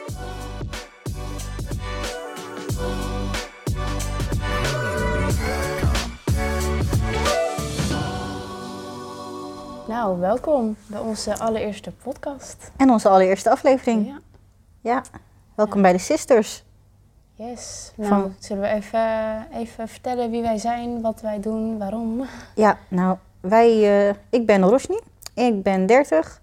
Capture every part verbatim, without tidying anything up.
Nou, welkom bij onze allereerste podcast. En onze allereerste aflevering. Ja. Ja, welkom Ja. bij de Sisters. Yes. Nou, Van- zullen we even, even vertellen wie wij zijn, wat wij doen, waarom? Ja, nou, wij, uh, ik ben Rosny, ik ben dertig.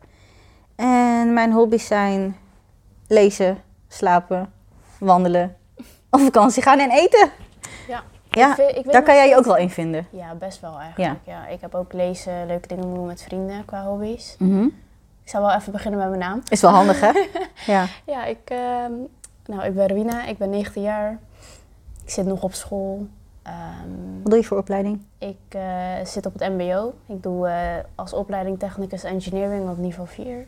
En mijn hobby's zijn lezen, slapen, wandelen, op vakantie gaan en eten. Ja. Ja, Ik vind- ik weet daar nog kan jij je steeds- ook wel in vinden. Ja, best wel eigenlijk. Ja. Ik heb ook lezen, leuke dingen doen met vrienden qua hobby's. Mhm. Ik zal wel even beginnen met mijn naam. Is wel handig, hè? Ja. Ja, ik, ehm, nou, ik ben Rowena, ik ben negentien jaar. Ik zit nog op school. Ehm, Wat doe je voor opleiding? ik eh, zit op het M B O. Ik doe eh, als opleiding Technicus Engineering op niveau vier.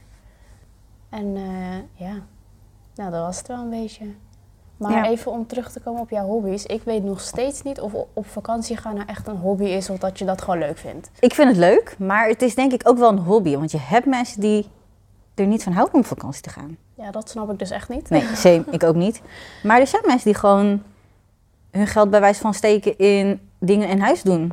En eh, ja, nou dat was het wel een beetje. Maar Ja. even om terug te komen op jouw hobby's. Ik weet nog steeds niet of op vakantie gaan nou echt een hobby is of dat je dat gewoon leuk vindt. Ik vind het leuk, maar het is denk ik ook wel een hobby. Want je hebt mensen die er niet van houden om op vakantie te gaan. Ja, dat snap ik dus echt niet. Nee, same, ik ook niet. Maar er zijn mensen die gewoon hun geld bij wijze van steken in dingen in huis doen.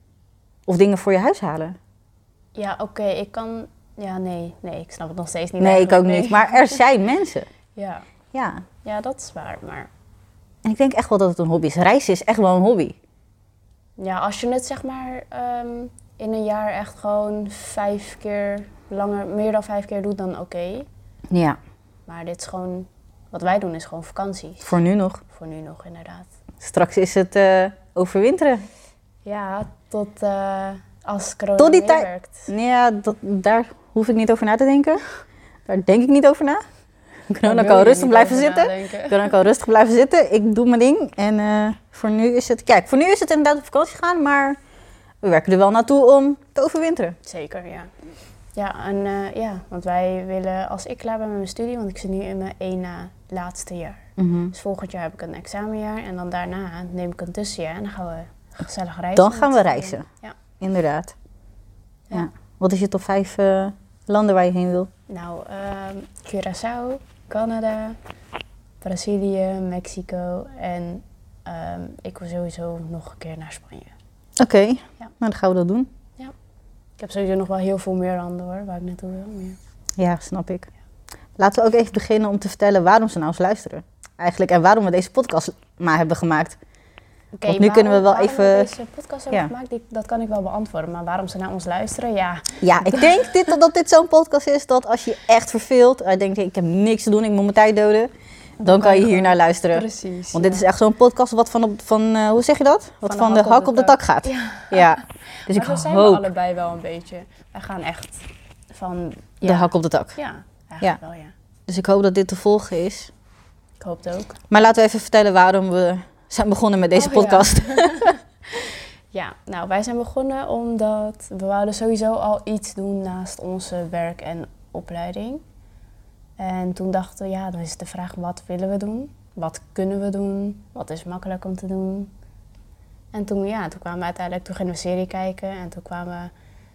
Of dingen voor je huis halen. Ja, oké, ik kan... Ja, nee, nee, ik snap het nog steeds niet. Nee, ik ook eigenlijk, niet. Maar er zijn mensen. Ja. Ja. ja, dat is waar. Maar En ik denk echt wel dat het een hobby is. Reizen is echt wel een hobby. ja, als je het zeg maar ehm, in een jaar echt gewoon vijf keer langer, meer dan vijf keer doet, dan oké. Ja, Maar dit is gewoon... Wat wij doen is gewoon vakanties. voor nu nog. Voor nu nog, inderdaad. Straks is het eh, overwinteren. Ja, tot uh, als corona Tot die weer tijd- werkt. Ja, dat, daar hoef ik niet over na te denken. Daar denk ik niet over na. Corona Daar wil kan je rustig niet blijven over zitten. nadenken. Corona kan rustig blijven zitten. Ik doe mijn ding. En eh, voor nu is het... Kijk, voor nu is het inderdaad op vakantie gaan. Maar we werken er wel naartoe om te overwinteren. Zeker, ja. Ja, en uh, ja, want wij willen, als ik klaar ben met mijn studie, want ik zit nu in mijn één na laatste jaar. Mhm. Dus volgend jaar heb ik een examenjaar en dan daarna neem ik een tussenjaar en dan gaan we gezellig reizen. Dan gaan we met z'n reizen. allen. Ja. Inderdaad. Ja. Ja. Wat is je top vijf uh, landen waar je heen wil? Nou, um, Curaçao, Canada, Brazilië, Mexico en um, ik wil sowieso nog een keer naar Spanje. Oké, okay. Ja. Nou dan gaan we dat doen. Ik heb sowieso nog wel heel veel meer landen hoor, waar ik naartoe wil. Maar... Ja, snap ik. Laten we ook even beginnen om te vertellen waarom ze nou eens luisteren. Eigenlijk, en waarom we deze podcast maar hebben gemaakt. Okay, Want nu waarom, kunnen we wel waarom even... we deze podcast hebben Ja. gemaakt, die, dat kan ik wel beantwoorden. Maar waarom ze naar ons luisteren, ja. Ja, ik denk dit, dat dit zo'n podcast is dat als je echt verveelt... en denkt, ik heb niks te doen, ik moet mijn tijd doden... dan kan je hier naar luisteren. Precies. Want ja. dit is echt zo'n podcast wat van, op, van uh, hoe zeg je dat? Wat van, van de hak op de tak gaat. Ja. Ja. Dus maar ik zo zijn hoop we allebei wel een beetje. Wij gaan echt van... Ja, de hak op de tak. Ja, eigenlijk Ja. wel, ja. Dus ik hoop dat dit te volgen is. Ik hoop het ook. Maar laten we even vertellen waarom we zijn begonnen met deze Oh, ja. podcast. Ja, nou, wij zijn begonnen omdat we wouden sowieso al iets doen naast onze werk en opleiding. En toen dachten we, ja, dan is het de vraag, wat willen we doen? Wat kunnen we doen? Wat is makkelijk om te doen? En toen, ja, toen kwamen we uiteindelijk, toen gingen we serie kijken en toen kwamen,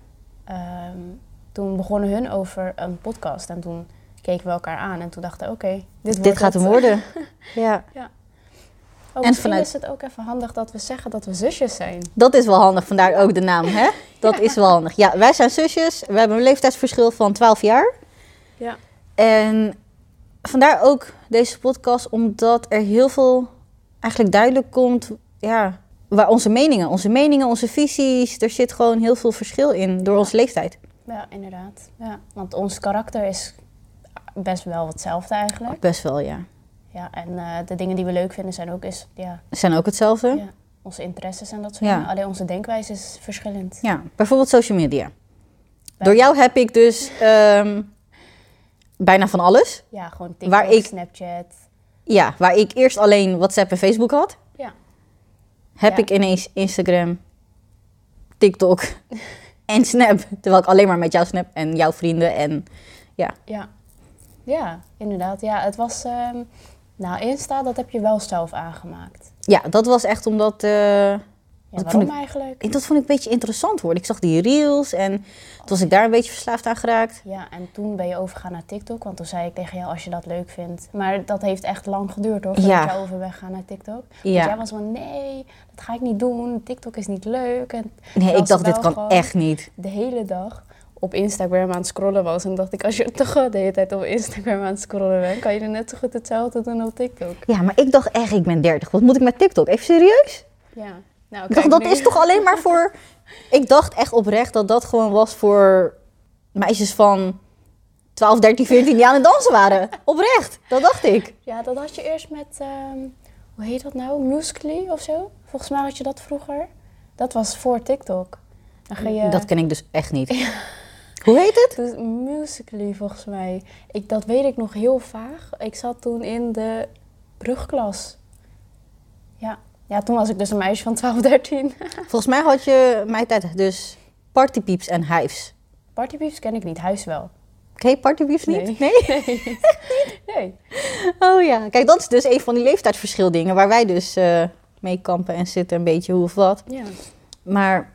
um, toen begonnen hun over een podcast. En toen keken we elkaar aan en toen dachten we, oké, okay, dit wordt Dit gaat het. hem worden. Ja. Ja. Oh, En misschien vanuit- is het ook even handig dat we zeggen dat we zusjes zijn. Dat is wel handig, vandaar ook de naam, hè? Dat is wel handig. Ja, wij zijn zusjes. We hebben een leeftijdsverschil van twaalf jaar. Ja. En vandaar ook deze podcast, omdat er heel veel eigenlijk duidelijk komt, ja, waar onze meningen, onze meningen, onze visies, er zit gewoon heel veel verschil in door onze leeftijd. Ja, inderdaad. Ja, want ons karakter is best wel hetzelfde eigenlijk. Best wel, ja. Ja, en uh, de dingen die we leuk vinden zijn ook, is, ja, Zijn ook hetzelfde. ja, onze interesses en dat soort Ja. dingen. Alleen onze denkwijze is verschillend. Ja, bijvoorbeeld social media. Door jou heb ik dus um, bijna van alles. Ja, gewoon TikTok, Waar ik- Snapchat. Ja, waar ik eerst alleen WhatsApp en Facebook had, Ja. heb Ja. ik ineens Instagram, TikTok en Snap. Terwijl ik alleen maar met jou snap en jouw vrienden en ja. Ja. Ja, inderdaad. Ja, het was... Um, nou, Insta, dat heb je wel zelf aangemaakt. Ja, dat was echt omdat uh, Ja, dat waarom vond ik, eigenlijk? dat vond ik een beetje interessant worden. Ik zag die reels en toen was ik daar een beetje verslaafd aan geraakt. Ja, en toen ben je overgegaan naar TikTok. Want toen zei ik tegen jou, als je dat leuk vindt. Maar dat heeft echt lang geduurd hoor, voordat Ja. jij over bent gegaan naar TikTok. Ja. Want jij was van, nee, dat ga ik niet doen. TikTok is niet leuk. En Nee, ik als dacht, wel dit kan gewoon echt niet. de hele dag op Instagram aan het scrollen was. En dacht ik, als je toch de hele tijd op Instagram aan het scrollen bent, kan je er net zo goed hetzelfde doen op TikTok. Ja, maar ik dacht echt, ik ben dertig. Wat moet ik met TikTok? Even serieus? Ja. Nou, Ik dacht, kijk dat nu. is toch alleen maar voor... Ik dacht echt oprecht dat dat gewoon was voor meisjes van twaalf, dertien, veertien die aan het dansen waren. Oprecht, dat dacht ik. Ja, dat had je eerst met, ehm, hoe heet dat nou? Musical.ly of zo? Volgens mij had je dat vroeger. Dat was voor TikTok. Dan ga je... Dat ken ik dus echt niet. Hoe heet het? Dus Musical.ly volgens mij. Ik, dat weet ik nog heel vaag. Ik zat toen in de brugklas. Ja. Ja, toen was ik dus een meisje van twaalf, dertien. Volgens mij had je mijn tijd dus Partypieps en Hives. Partypieps ken ik niet, huis wel. Ken je Partypieps niet? Nee. Nee? Nee. Oh ja, kijk, dat is dus een van die leeftijdsverschildingen waar wij dus eh, mee kampen en zitten, een beetje hoe of wat. Ja. Maar,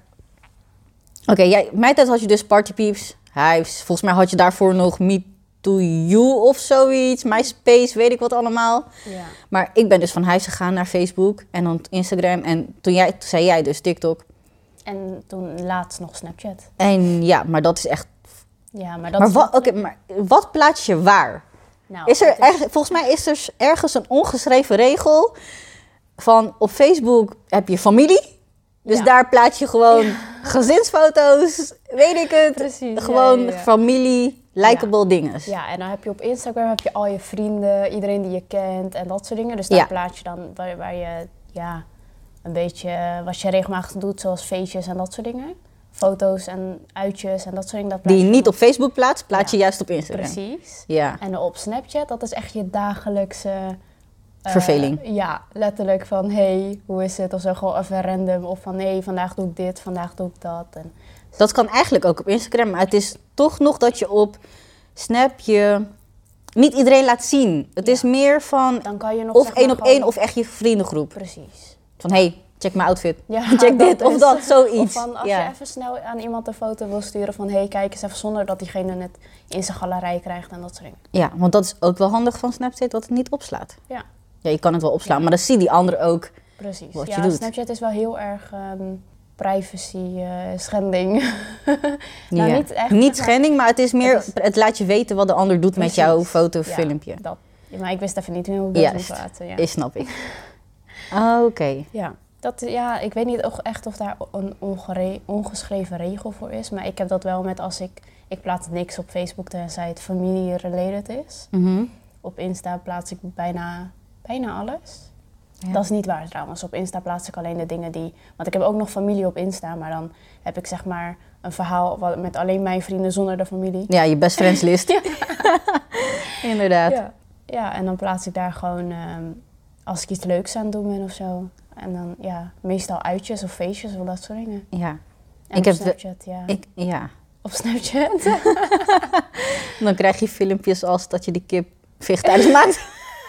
oké, jij mijn tijd had je dus Partypieps, Hives. Volgens mij had je daarvoor nog Me To You of zoiets, MySpace, weet ik wat allemaal. Ja. Maar ik ben dus van Hives gegaan naar Facebook en dan Instagram. En toen, jij, toen zei jij dus TikTok. En toen laatst nog Snapchat. En ja, maar dat is echt... Ja, maar dat Maar is wat, wat- oké, maar wat plaats je waar? Nou, Is er het is- erg, volgens mij is er ergens een ongeschreven regel van op Facebook heb je familie. Dus Ja. daar plaats je gewoon gezinsfoto's, weet ik het. Precies, Gewoon ja, ja, ja. familie, likable dingen. Ja, en dan heb je op Instagram heb je al je vrienden, iedereen die je kent en dat soort dingen. Dus daar Ja. plaats je dan waar, waar je ja, een beetje eh, wat je regelmatig doet, zoals feestjes en dat soort dingen. Foto's en uitjes en dat soort dingen. Dat plaats Die je je niet dan op Facebook plaatst, plaats je Ja. juist op Instagram. Precies. Ja, En op Snapchat, dat is echt je dagelijkse... eh, Verveling. Ja, letterlijk van, hey, hoe is het? Of zo, gewoon even random. Of van, nee, vandaag doe ik dit, vandaag doe ik dat. En dat kan eigenlijk ook op Instagram. Maar het is toch nog dat je op Snap je niet iedereen laat zien. Het Ja. is meer van dan kan je nog of zeg maar één op gewoon- één of echt je vriendengroep. Precies. Van hé, hey, check mijn outfit. Ja, Check dit of is- dat, zoiets. Of van als Ja. je even snel aan iemand een foto wil sturen van... hé, hey, kijk eens even zonder dat diegene het in zijn galerij krijgt en dat soort dingen. Ja, want dat is ook wel handig van Snapchat, wat het niet opslaat. Ja, Ja, je kan het wel opslaan, Ja. maar dan zie die ander ook. precies. Wat je ja, doet. Snapchat is wel heel erg ehm, privacy eh, schending. Nou, Ja. niet echt, Niet maar- schending, maar het is meer, Het het, is- laat je weten wat de ander doet met Precies. jouw foto of Ja, filmpje. Dat. Ja, maar ik wist even niet meer hoe ik dat Juist. moest laten. Ja. Is, snap ik. Ah, Oké. Ja. Dat, ja, ik weet niet ook echt of daar een ongere- ongeschreven regel voor is. Maar ik heb dat wel met als ik... Ik plaats niks op Facebook tenzij het familie-related is. Mhm. Op Insta plaats ik bijna, bijna alles. Ja. Dat is niet waar trouwens. Op Insta plaats ik alleen de dingen die... Want ik heb ook nog familie op Insta. Maar dan heb ik zeg maar een verhaal wat- met alleen mijn vrienden zonder de familie. Ja, je best friends list. Inderdaad. Ja, ja, en dan plaats ik daar gewoon ehm, als ik iets leuks aan het doen ben of zo. En dan ja, meestal uitjes of feestjes of dat soort dingen. Ja. En Ik op heb de- Snapchat, ja. Ik, ja. Op Snapchat. Dan krijg je filmpjes als dat je die kip vegetarisch maakt.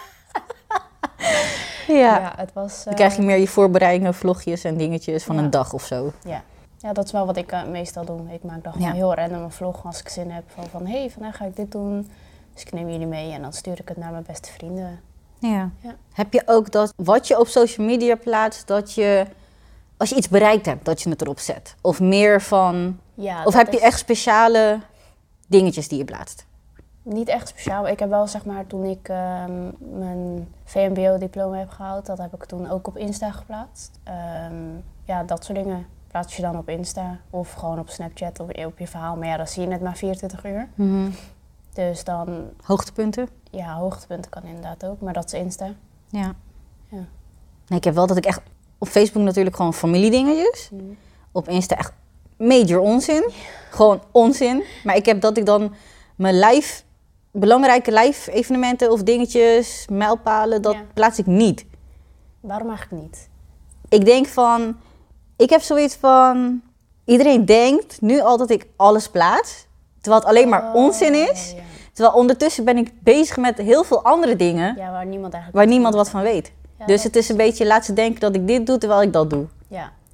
ja. Ja, het was... Dan krijg je eh, meer je voorbereidingen, vlogjes en dingetjes van Ja. een dag of zo. Ja. ja, dat is wel wat ik eh, meestal doe. Ik maak dan gewoon Ja. heel random een vlog als ik zin heb. Van, van hé, hey, vandaag ga ik dit doen. Dus ik neem jullie mee en dan stuur ik het naar mijn beste vrienden. Ja. Ja. Heb je ook dat wat je op social media plaatst, dat je als je iets bereikt hebt, dat je het erop zet? Of meer van, Ja, of dat heb je is echt speciale dingetjes die je plaatst? niet echt speciaal. Ik heb wel, zeg maar, toen ik ehm, mijn V M B O-diploma heb gehaald, dat heb ik toen ook op Insta geplaatst. Ehm, ja, dat soort dingen plaats je dan op Insta. Of gewoon op Snapchat of op je verhaal. Maar ja, dan zie je net maar vierentwintig uur. Dus dan, Hoogtepunten? ja, hoogtepunten kan inderdaad ook. Maar dat is Insta. Ja. Ja. Nee, ik heb wel dat ik echt op Facebook natuurlijk gewoon familiedingetjes. Op Insta echt major onzin. Gewoon onzin. Maar ik heb dat ik dan mijn live, belangrijke live evenementen of dingetjes, mijlpalen, dat Ja. plaats ik niet. Waarom eigenlijk niet? Ik denk van, ik heb zoiets van, iedereen denkt nu al dat ik alles plaats. Terwijl het alleen maar Oh, onzin is. Ja. Terwijl ondertussen ben ik bezig met heel veel andere dingen Ja, waar niemand eigenlijk waar wat niemand van wat van weet. Ja, dus dat het is een beetje, laat ze denken dat ik dit doe terwijl ik dat doe. Ja, dus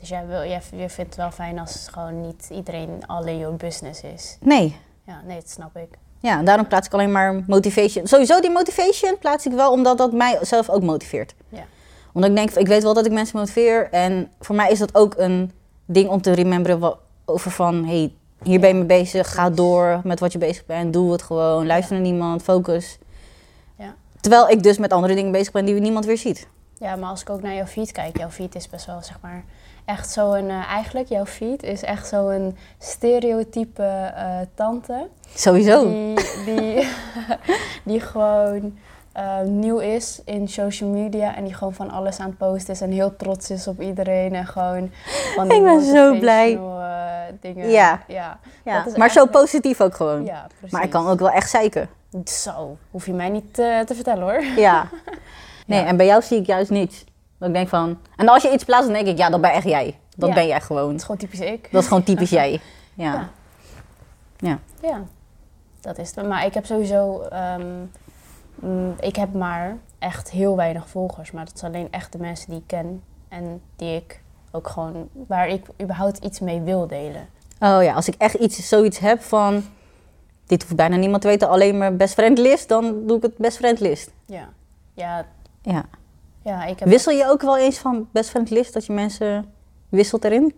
Dus jij, wil, jij, je vindt het wel fijn als gewoon niet iedereen all in your business is. Nee. Ja, nee, dat snap ik. Ja, daarom plaats ik alleen maar motivation. Sowieso die motivation plaats ik wel omdat dat mij zelf ook motiveert. Ja. Omdat ik denk, ik weet wel dat ik mensen motiveer. En voor mij is dat ook een ding om te rememberen over van... Hey, hier ben je mee bezig, ga door met wat je bezig bent. Doe het gewoon, luister Ja. naar niemand, focus. Ja. Terwijl ik dus met andere dingen bezig ben die niemand weer ziet. Ja, maar als ik ook naar jouw feed kijk, jouw feed is best wel, zeg maar, echt zo'n, uh, eigenlijk jouw feed is echt zo'n stereotype uh, tante. Sowieso. Die, die, die gewoon uh, nieuw is in social media en die gewoon van alles aan het posten is en heel trots is op iedereen en gewoon van die Ik ben zo blij. Uh, dingen. Ja, ja. ja. Dat is maar zo eigenlijk... positief ook gewoon. Ja, precies. Maar ik kan ook wel echt zeiken. Zo, hoef je mij niet uh, te vertellen hoor. Ja. Nee, Ja. en bij jou zie ik juist niets. Dat ik denk van... En als je iets plaatst, dan denk ik, ja, dat ben echt jij. Dat Ja. ben jij gewoon. Dat is gewoon typisch ik. Dat is gewoon typisch jij. Ja. Ja. Ja. Ja, dat is het. Maar ik heb sowieso... Um, mm, ik heb maar echt heel weinig volgers. Maar dat is alleen echt de mensen die ik ken. En die ik ook gewoon... Waar ik überhaupt iets mee wil delen. Oh ja, als ik echt iets, zoiets heb van... Dit hoeft bijna niemand te weten, alleen maar best friend list. Dan doe ik het best friend list. Ja. Ja. Ja. Ja, ik heb... Wissel je ook wel eens van best friend list? Dat je mensen wisselt erin?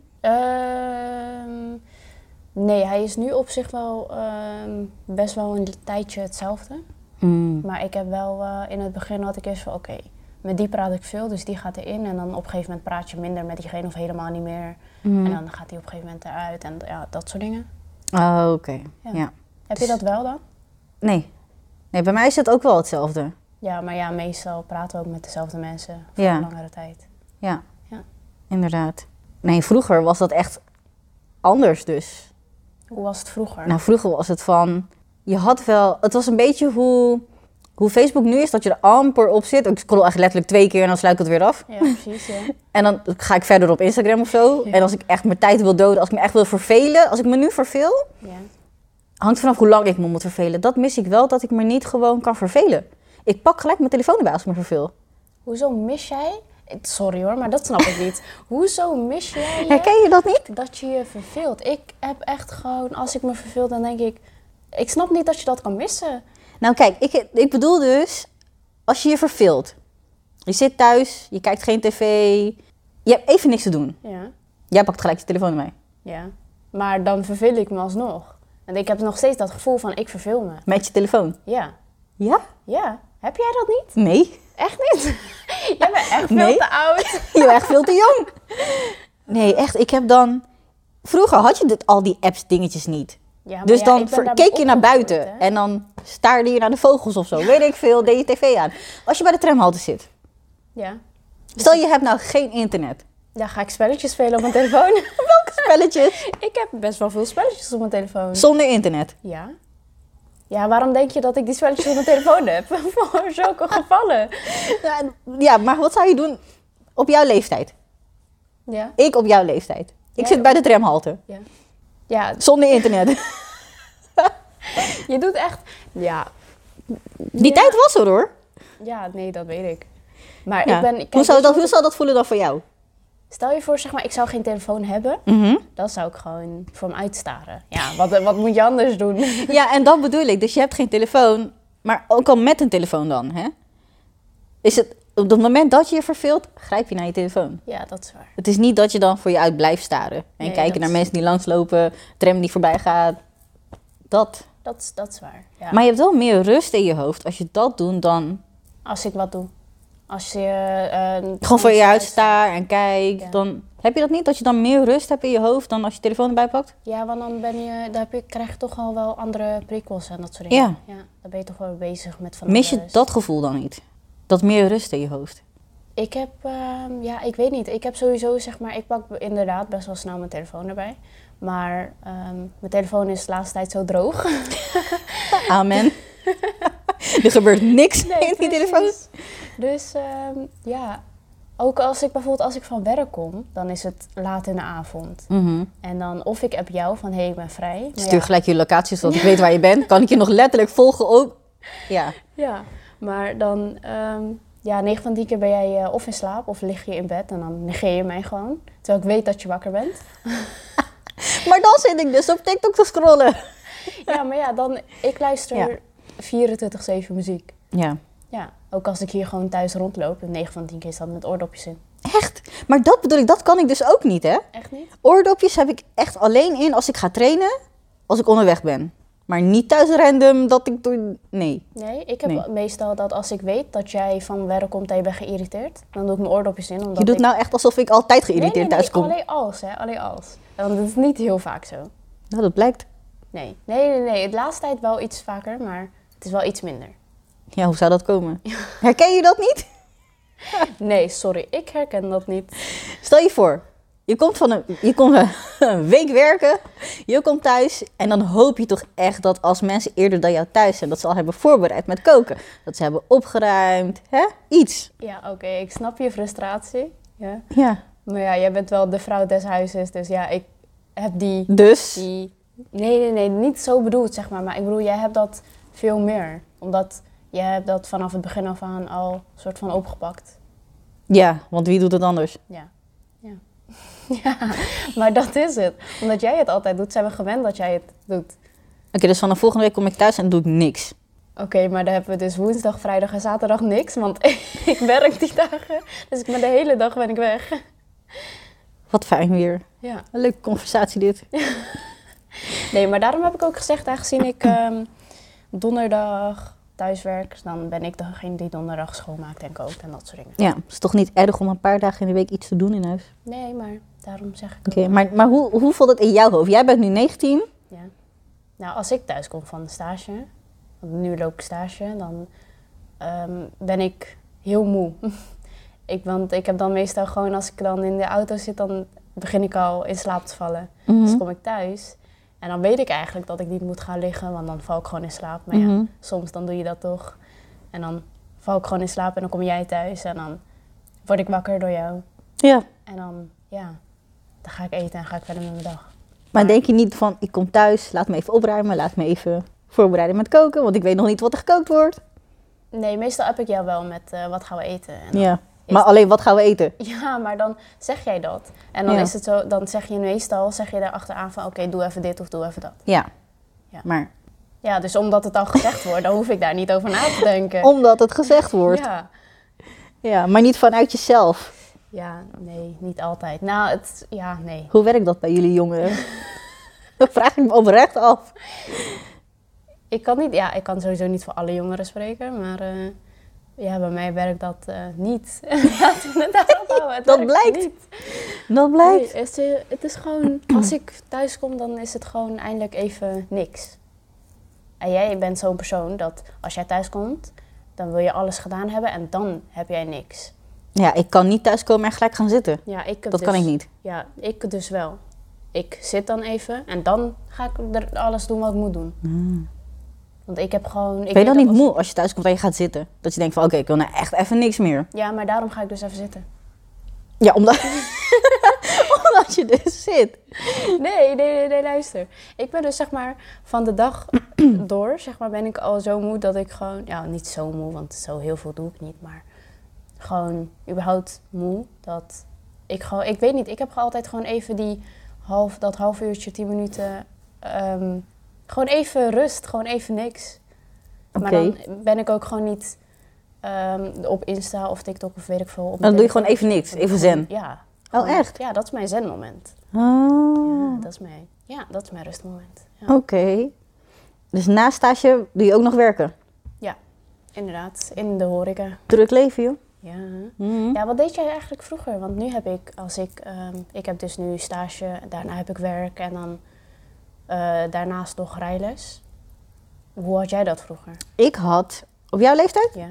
Um, nee, hij is nu op zich wel um, best wel een tijdje hetzelfde. Mm. Maar ik heb wel, uh, in het begin had ik eerst van oké, okay, met die praat ik veel, dus die gaat erin. En dan op een gegeven moment praat je minder met diegene of helemaal niet meer. Mm. En dan gaat hij op een gegeven moment eruit en ja, dat soort dingen. Oh, oké. Okay. Ja. Ja. Heb je dat wel dan? Nee. Nee, bij mij is het ook wel hetzelfde. Ja, maar ja, meestal praten we ook met dezelfde mensen voor Ja. een langere tijd. Ja. Ja. Inderdaad. Nee, vroeger was dat echt anders dus. Hoe was het vroeger? Nou, vroeger was het van... Je had wel... Het was een beetje hoe, hoe Facebook nu is, dat je er amper op zit. Ik scroll echt letterlijk twee keer en dan sluit ik het weer af. Ja, precies, ja. En dan ga ik verder op Instagram of zo. Ja. En als ik echt mijn tijd wil doden, als ik me echt wil vervelen... Als ik me nu verveel, Ja. hangt vanaf hoe lang ik me moet vervelen. Dat mis ik wel, dat ik me niet gewoon kan vervelen. Ik pak gelijk mijn telefoon erbij als ik me verveel. Hoezo mis jij... Sorry hoor, maar dat snap ik niet. Hoezo mis jij je Herken je dat niet? dat je je verveelt? Ik heb echt gewoon... Als ik me verveel, dan denk ik... Ik snap niet dat je dat kan missen. Nou kijk, ik, ik bedoel dus... Als je je verveelt. Je zit thuis, je kijkt geen tv. Je hebt even niks te doen. Ja, Jij pakt gelijk je telefoon erbij. ja. Maar dan verveel ik me alsnog. En ik heb nog steeds dat gevoel van ik verveel me. Met je telefoon. Ja. Ja? Ja. Heb jij dat niet? Nee. Echt niet? Jij bent echt veel Nee. te oud. Je bent echt veel te jong. Nee, echt. Ik heb dan... Vroeger had je dit, al die apps dingetjes niet. Ja, maar Dus ja, dan ik ben ver- daarbij keek je naar opgegroeid, buiten. hè? En dan staarde je naar de vogels of zo. Weet ik veel, deed je tv aan. Als je bij de tramhalte zit. Ja. Stel je hebt nou geen internet. Ja, ga ik spelletjes spelen op mijn telefoon? Welke spelletjes? Ik heb best wel veel spelletjes op mijn telefoon. Zonder internet. Ja. Ja, waarom denk je dat ik die spelletjes op mijn telefoon heb? Voor zulke gevallen. Ja, maar wat zou je doen op jouw leeftijd? Ja. Ik op jouw leeftijd. Ik Ja. zit bij de tramhalte. Ja. Ja, Zonder internet. je doet echt... Ja. Die Ja. tijd was er hoor. Ja, nee, dat weet ik. Maar Ja. ik ben... Kijk, hoe, zou weet je dat, wat hoe zou dat voelen dan voor jou? ik- Stel je voor, zeg maar, ik zou geen telefoon hebben. Mhm. Dan zou ik gewoon voor me uitstaren. Ja, wat, wat moet je anders doen? Ja, en dat bedoel ik. Dus je hebt geen telefoon, maar ook al met een telefoon dan, hè? Is het, op het moment dat je je verveelt, grijp je naar je telefoon. Ja, dat is waar. Het is niet dat je dan voor je uit blijft staren. En Nee, kijken dat naar is- mensen die langslopen, tram die voorbij gaat. Dat. Dat, is- dat is waar. Ja. Maar je hebt wel meer rust in je hoofd als je dat doet dan Als ik wat doe. Als je... eh, gewoon voor je uit- uitstaar en kijk. Ja. Dan heb je dat niet, dat je dan meer rust hebt in je hoofd dan als je telefoon erbij pakt? Ja, want dan ben je, dan heb je, krijg je toch al wel andere prikkels en dat soort dingen. Ja. Ja, dan ben je toch wel bezig met van Mis je alles. dat gevoel dan niet? Dat meer rust in je hoofd? Ik heb, ehm, ja, ik weet niet. Ik heb sowieso, zeg maar, ik pak inderdaad best wel snel mijn telefoon erbij. Maar ehm, mijn telefoon is de laatste tijd zo droog. Amen. Er gebeurt niks Nee, in die precies. telefoon. Dus ehm, ja, ook als ik bijvoorbeeld als ik van werk kom, dan is het laat in de avond. Mhm. En dan of ik app jou van hé, hey, ik ben vrij. Maar Stuur ja, gelijk je locatie, zodat ik weet waar je bent. Kan ik je nog letterlijk volgen ook? Ja. ja, maar dan, ehm, ja, negen van tien keer ben jij uh, of in slaap of lig je in bed en dan negeer je mij gewoon. Terwijl ik weet dat je wakker bent. Maar dan zit ik dus op TikTok te scrollen. Ja, maar ja, dan, ik luister ja. vierentwintig zeven muziek. Ja. Ja, ook als ik hier gewoon thuis rondloop, negen van tien keer is dat met oordopjes in. Echt? Maar dat bedoel ik, dat kan ik dus ook niet, hè? Echt niet? Oordopjes heb ik echt alleen in als ik ga trainen, als ik onderweg ben. Maar niet thuis random dat ik door... Nee. Nee, ik heb nee. meestal dat als ik weet dat jij van werk komt en je bent geïrriteerd, dan doe ik mijn oordopjes in. Omdat je doet ik... nou echt alsof ik altijd geïrriteerd nee, nee, nee, thuis kom. alleen als, hè. Alleen als. Want dat is niet heel vaak zo. Nou, dat blijkt. Nee, nee, nee, nee. De laatste tijd wel iets vaker, maar het is wel iets minder. Ja, hoe zou dat komen? Herken je dat niet? Nee, sorry, ik herken dat niet. Stel je voor, je komt van een, je komt een week werken, je komt thuis en dan hoop je toch echt dat als mensen eerder dan jou thuis zijn, dat ze al hebben voorbereid met koken. Dat ze hebben opgeruimd, hè? Iets. Ja, oké, okay, ik snap je frustratie. Ja. Ja. Maar ja, jij bent wel de vrouw des huizes, dus ja, ik heb die... Dus? Die, nee, nee, nee, niet zo bedoeld, zeg maar. Maar ik bedoel, jij hebt dat veel meer. Omdat jij hebt dat vanaf het begin af aan al soort van opgepakt. Ja, want wie doet het anders? Ja. Ja. Ja, maar dat is het. Omdat jij het altijd doet, zijn we gewend dat jij het doet. Oké, okay, dus van de volgende week kom ik thuis en doe ik niks. Oké, okay, maar dan hebben we dus woensdag, vrijdag en zaterdag niks. Want ik werk die dagen. Dus ik ben de hele dag ben ik weg. Wat fijn weer. Ja. Een leuke conversatie dit. Nee, maar daarom heb ik ook gezegd, aangezien ik um, donderdag thuis werk, dus dan ben ik degene die donderdag schoonmaakt en kookt en dat soort dingen. Ja, het is toch niet erg om een paar dagen in de week iets te doen in huis? Nee, maar daarom zeg ik... Oké, okay, maar, maar hoe, hoe voelt het in jouw hoofd? Jij bent nu negentien. Ja. Nou, als ik thuis kom van de stage, want nu loop ik stage, dan um, ben ik heel moe. ik, want ik heb dan meestal gewoon, als ik dan in de auto zit, dan begin ik al in slaap te vallen. Mm-hmm. Dus kom ik thuis en dan weet ik eigenlijk dat ik niet moet gaan liggen, want dan val ik gewoon in slaap. Maar mm-hmm. ja, soms dan doe je dat toch. En dan val ik gewoon in slaap en dan kom jij thuis en dan word ik wakker door jou. Ja. En dan, ja, dan ga ik eten en ga ik verder met mijn dag. Maar denk je niet van, ik kom thuis, laat me even opruimen, laat me even voorbereiden met koken, want ik weet nog niet wat er gekookt wordt? Nee, meestal heb ik jou wel met uh, wat gaan we eten. En ja, maar het... alleen wat gaan we eten? Ja, maar dan zeg jij dat. En dan ja. is het zo, dan zeg je meestal, zeg je daar achteraan van, oké, okay, doe even dit of doe even dat. Ja, ja. maar... Ja, dus omdat het al gezegd wordt, dan hoef ik daar niet over na te denken. Omdat het gezegd wordt? Ja. Ja, maar niet vanuit jezelf? Ja, nee, niet altijd. Nou, het, ja, nee. Hoe werkt dat bij jullie jongeren? Dat vraag ik me oprecht af. Ik kan niet, ja, ik kan sowieso niet voor alle jongeren spreken, maar uh, ja, bij mij werkt dat uh, niet. Laten we het daarop houden. Het dat blijkt. Niet. Dat blijkt. Nee, het, is, het is gewoon, als ik thuis kom, dan is het gewoon eindelijk even niks. En jij bent zo'n persoon dat als jij thuis komt, dan wil je alles gedaan hebben en dan heb jij niks. Ja, ik kan niet thuiskomen en gelijk gaan zitten. Ja, ik dat dus, kan ik niet. Ja, ik dus wel. Ik zit dan even en dan ga ik er alles doen wat ik moet doen. Hmm. Want ik heb gewoon... Ik ben je dan niet als... moe als je thuis komt en je gaat zitten? Dat je denkt van, oké, okay, ik wil nou echt even niks meer. Ja, maar daarom ga ik dus even zitten. Ja, omdat, omdat je dus zit. Nee, nee, nee, nee, luister. Ik ben dus zeg maar van de dag door, zeg maar, ben ik al zo moe dat ik gewoon... Ja, niet zo moe, want zo heel veel doe ik niet, maar... Gewoon überhaupt moe, dat ik gewoon... Ik weet niet, ik heb altijd gewoon even die half, dat half uurtje, tien minuten... Um, gewoon even rust, gewoon even niks. Okay. Maar dan ben ik ook gewoon niet um, op Insta of TikTok of weet ik veel. Op dan doe je gewoon even niks, even zen? Gewoon, ja. Gewoon, oh, echt? Ja, dat is mijn zenmoment. Oh. Ja, dat is mijn, ja, dat is mijn rustmoment. Ja. Oké. Okay. Dus na stage doe je ook nog werken? Ja, inderdaad. In de horeca. Druk leven, joh. Ja. Mm-hmm. Ja, wat deed jij eigenlijk vroeger? Want nu heb ik, als ik, um, ik heb dus nu stage, daarna heb ik werk en dan uh, daarnaast nog rijles. Hoe had jij dat vroeger? Ik had, op jouw leeftijd? Ja.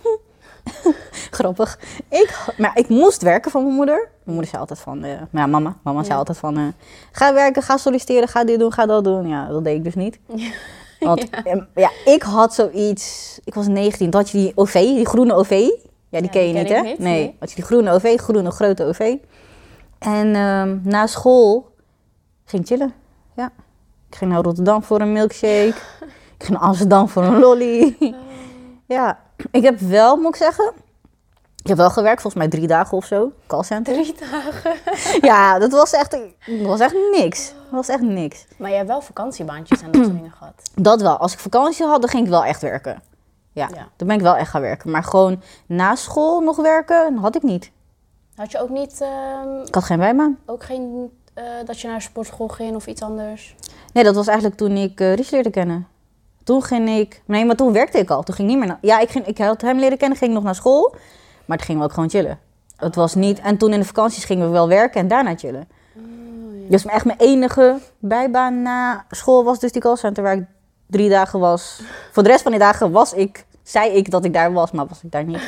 Grappig. Ik, maar ik moest werken van mijn moeder. Mijn moeder zei altijd van, uh, ja, mama. Mama ja. zei altijd van, uh, ga werken, ga solliciteren, ga dit doen, ga dat doen. Ja, dat deed ik dus niet. Ja. Want ja. Um, ja, ik had zoiets, ik was negentien, toen had je die O V, die groene O V. Ja, die ja, ken je die niet, ken hè? Niet, nee. nee, had je die groene O V, groene grote O V. En um, na school ging chillen, ja. Ik ging naar Rotterdam voor een milkshake. Ik ging naar Amsterdam voor een lolly. Ja, ik heb wel, moet ik zeggen, Ik heb wel gewerkt, volgens mij drie dagen of zo. Callcenter. Drie dagen. Ja, dat was echt, dat was echt niks. Dat was echt niks. Maar je hebt wel vakantiebaantjes en dat soort dingen gehad. Dat wel. Als ik vakantie had, dan ging ik wel echt werken. Ja, Ja. dan ben ik wel echt gaan werken. Maar gewoon na school nog werken, dat had ik niet. Had je ook niet, ehm, Ik had geen bijbaan. ook geen, eh, dat je naar sportschool ging of iets anders? Nee, dat was eigenlijk toen ik uh, Ries leerde kennen. Toen ging ik... Nee, maar toen werkte ik al. Toen ging ik niet meer naar... Ja, ik, ging, ik had hem leren kennen, ging ik nog naar school. Maar toen gingen we ook gewoon chillen. Het was niet... En toen in de vakanties gingen we wel werken en daarna chillen. Oh, ja. Dus echt mijn enige bijbaan na school was dus die callcenter waar ik drie dagen was. Voor de rest van die dagen was ik... Zei ik dat ik daar was, maar was ik daar niet.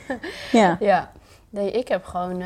Ja. Ja. Nee, ik heb gewoon... eh,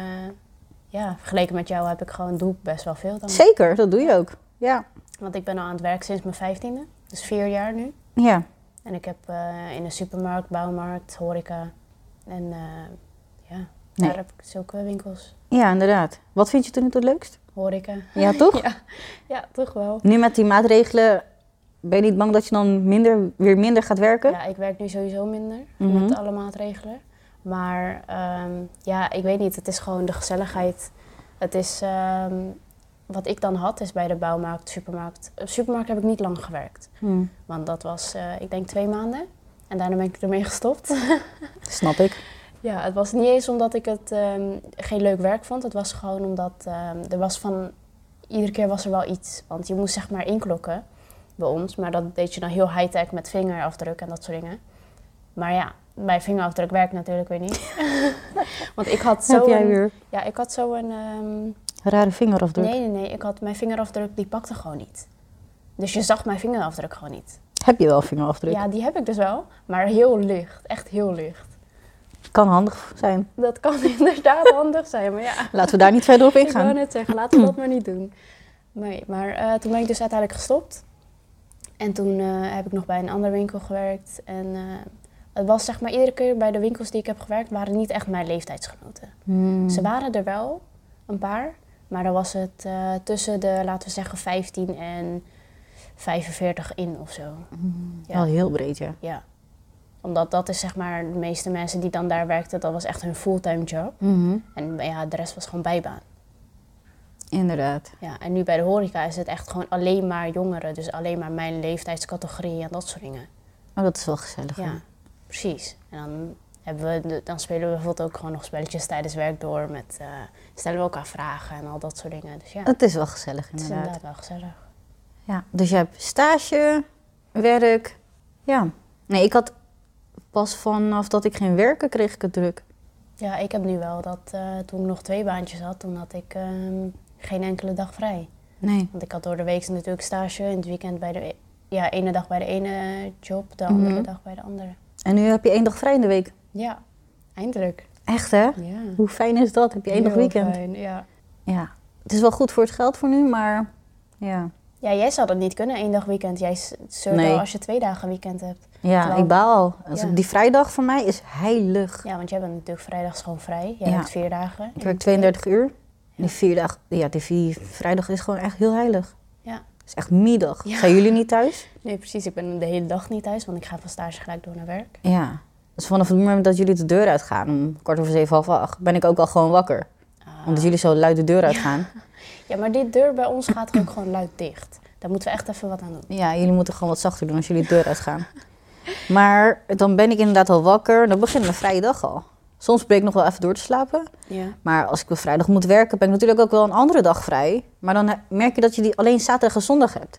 ja, vergeleken met jou heb ik gewoon... Doe ik best wel veel dan. Zeker, dat doe je ook. Ja. Want ik ben al aan het werk sinds mijn vijftiende. Dus vier jaar nu. Ja. En ik heb uh, in de supermarkt, bouwmarkt, horeca. En uh, ja, Nee. daar heb ik zulke winkels. Ja, inderdaad. Wat vind je toen het leukst? Horeca. Ja, toch? Ja, ja, toch wel. Nu met die maatregelen, ben je niet bang dat je dan minder, weer minder gaat werken? Ja, ik werk nu sowieso minder Mhm. met alle maatregelen. Maar um, ja, ik weet niet, het is gewoon de gezelligheid. Het is, um, wat ik dan had, is bij de bouwmarkt, supermarkt. Op supermarkt heb ik niet lang gewerkt. Hmm. Want dat was, uh, ik denk, twee maanden. En daarna ben ik ermee gestopt. Snap ik. Ja, het was niet eens omdat ik het um, geen leuk werk vond. Het was gewoon omdat um, er was van... Iedere keer was er wel iets. Want je moest zeg maar inklokken bij ons. Maar dat deed je dan heel high-tech met vingerafdruk en dat soort dingen. Maar ja, bij vingerafdruk werkt natuurlijk weer niet. Want ik had zo... Heb jij een, weer ja, ik had zo een... Um, rare vingerafdruk? nee, nee, nee. Ik had mijn vingerafdruk, die pakte gewoon niet. Dus je zag mijn vingerafdruk gewoon niet. Heb je wel vingerafdruk? Ja, die heb ik dus wel. Maar heel licht. Echt heel licht. Kan handig zijn. Dat kan inderdaad handig zijn, maar ja. Laten we daar niet verder op Ik ingaan. wou net zeggen, laten we dat maar niet doen. Nee, maar uh, toen ben ik dus uiteindelijk gestopt. En toen uh, heb ik nog bij een andere winkel gewerkt. En uh, het was zeg maar iedere keer bij de winkels die ik heb gewerkt, waren niet echt mijn leeftijdsgenoten. Hmm. Ze waren er wel, een paar. Maar dan was het uh, tussen de, laten we zeggen, vijftien en vijfenveertig in of zo. Hmm. Ja. Wel heel breed, ja. Ja. Omdat dat is zeg maar, de meeste mensen die dan daar werkten, dat was echt hun fulltime job. Mm-hmm. En ja, de rest was gewoon bijbaan. Inderdaad. Ja, en nu bij de horeca is het echt gewoon alleen maar jongeren. Dus alleen maar mijn leeftijdscategorie en dat soort dingen. Oh, dat is wel gezellig. Ja, hè? precies. En dan, hebben we de, dan spelen we bijvoorbeeld ook gewoon nog spelletjes tijdens werk door. Met, uh, stellen we elkaar vragen en al dat soort dingen. Dus ja, Het is wel gezellig, het is inderdaad. inderdaad wel gezellig. Ja, dus je hebt stage, werk. Ja. Nee, ik had pas vanaf dat ik ging werken, kreeg ik het druk. Ja, ik heb nu wel dat uh, toen ik nog twee baantjes had, toen had ik um, geen enkele dag vrij. Nee. Want ik had door de week natuurlijk stage, in het weekend bij de ja, ene dag bij de ene job, de andere Mhm. dag bij de andere. En nu heb je één dag vrij in de week. Ja, eindelijk. Echt, hè? Ja. Hoe fijn is dat? Heb je één dag Heel weekend? fijn, ja. Ja. Het is wel goed voor het geld voor nu, maar ja. Ja, jij zou dat niet kunnen, één dag weekend. Jij zeurt Nee. al als je twee dagen weekend hebt. Ja, Terwijl- ik baal al. Als Ja. Die vrijdag voor mij is heilig. Ja, want jij bent natuurlijk vrijdags gewoon vrij. Jij Ja. hebt vier dagen. Ik werk tweeëndertig uur. Die vier dagen, ja, die vier vrijdag is gewoon echt heel heilig. Ja. Het is echt middag. Ja. Zijn jullie niet thuis? Nee, precies. Ik ben de hele dag niet thuis, want ik ga van stage gelijk door naar werk. Ja. Dus vanaf het moment dat jullie de deur uitgaan, om kwart over zeven, half acht, ben ik ook al gewoon wakker. Ah. Omdat jullie zo luid de deur uitgaan. Ja, maar die deur bij ons gaat er ook gewoon luid dicht. Daar moeten we echt even wat aan doen. Ja, jullie moeten gewoon wat zachter doen als jullie de deur uitgaan. Maar dan ben ik inderdaad al wakker. Dan begint mijn vrije dag al. Soms probeer ik nog wel even door te slapen. Ja. Maar als ik op vrijdag moet werken, ben ik natuurlijk ook wel een andere dag vrij. Maar dan merk je dat je die alleen zaterdag en zondag hebt.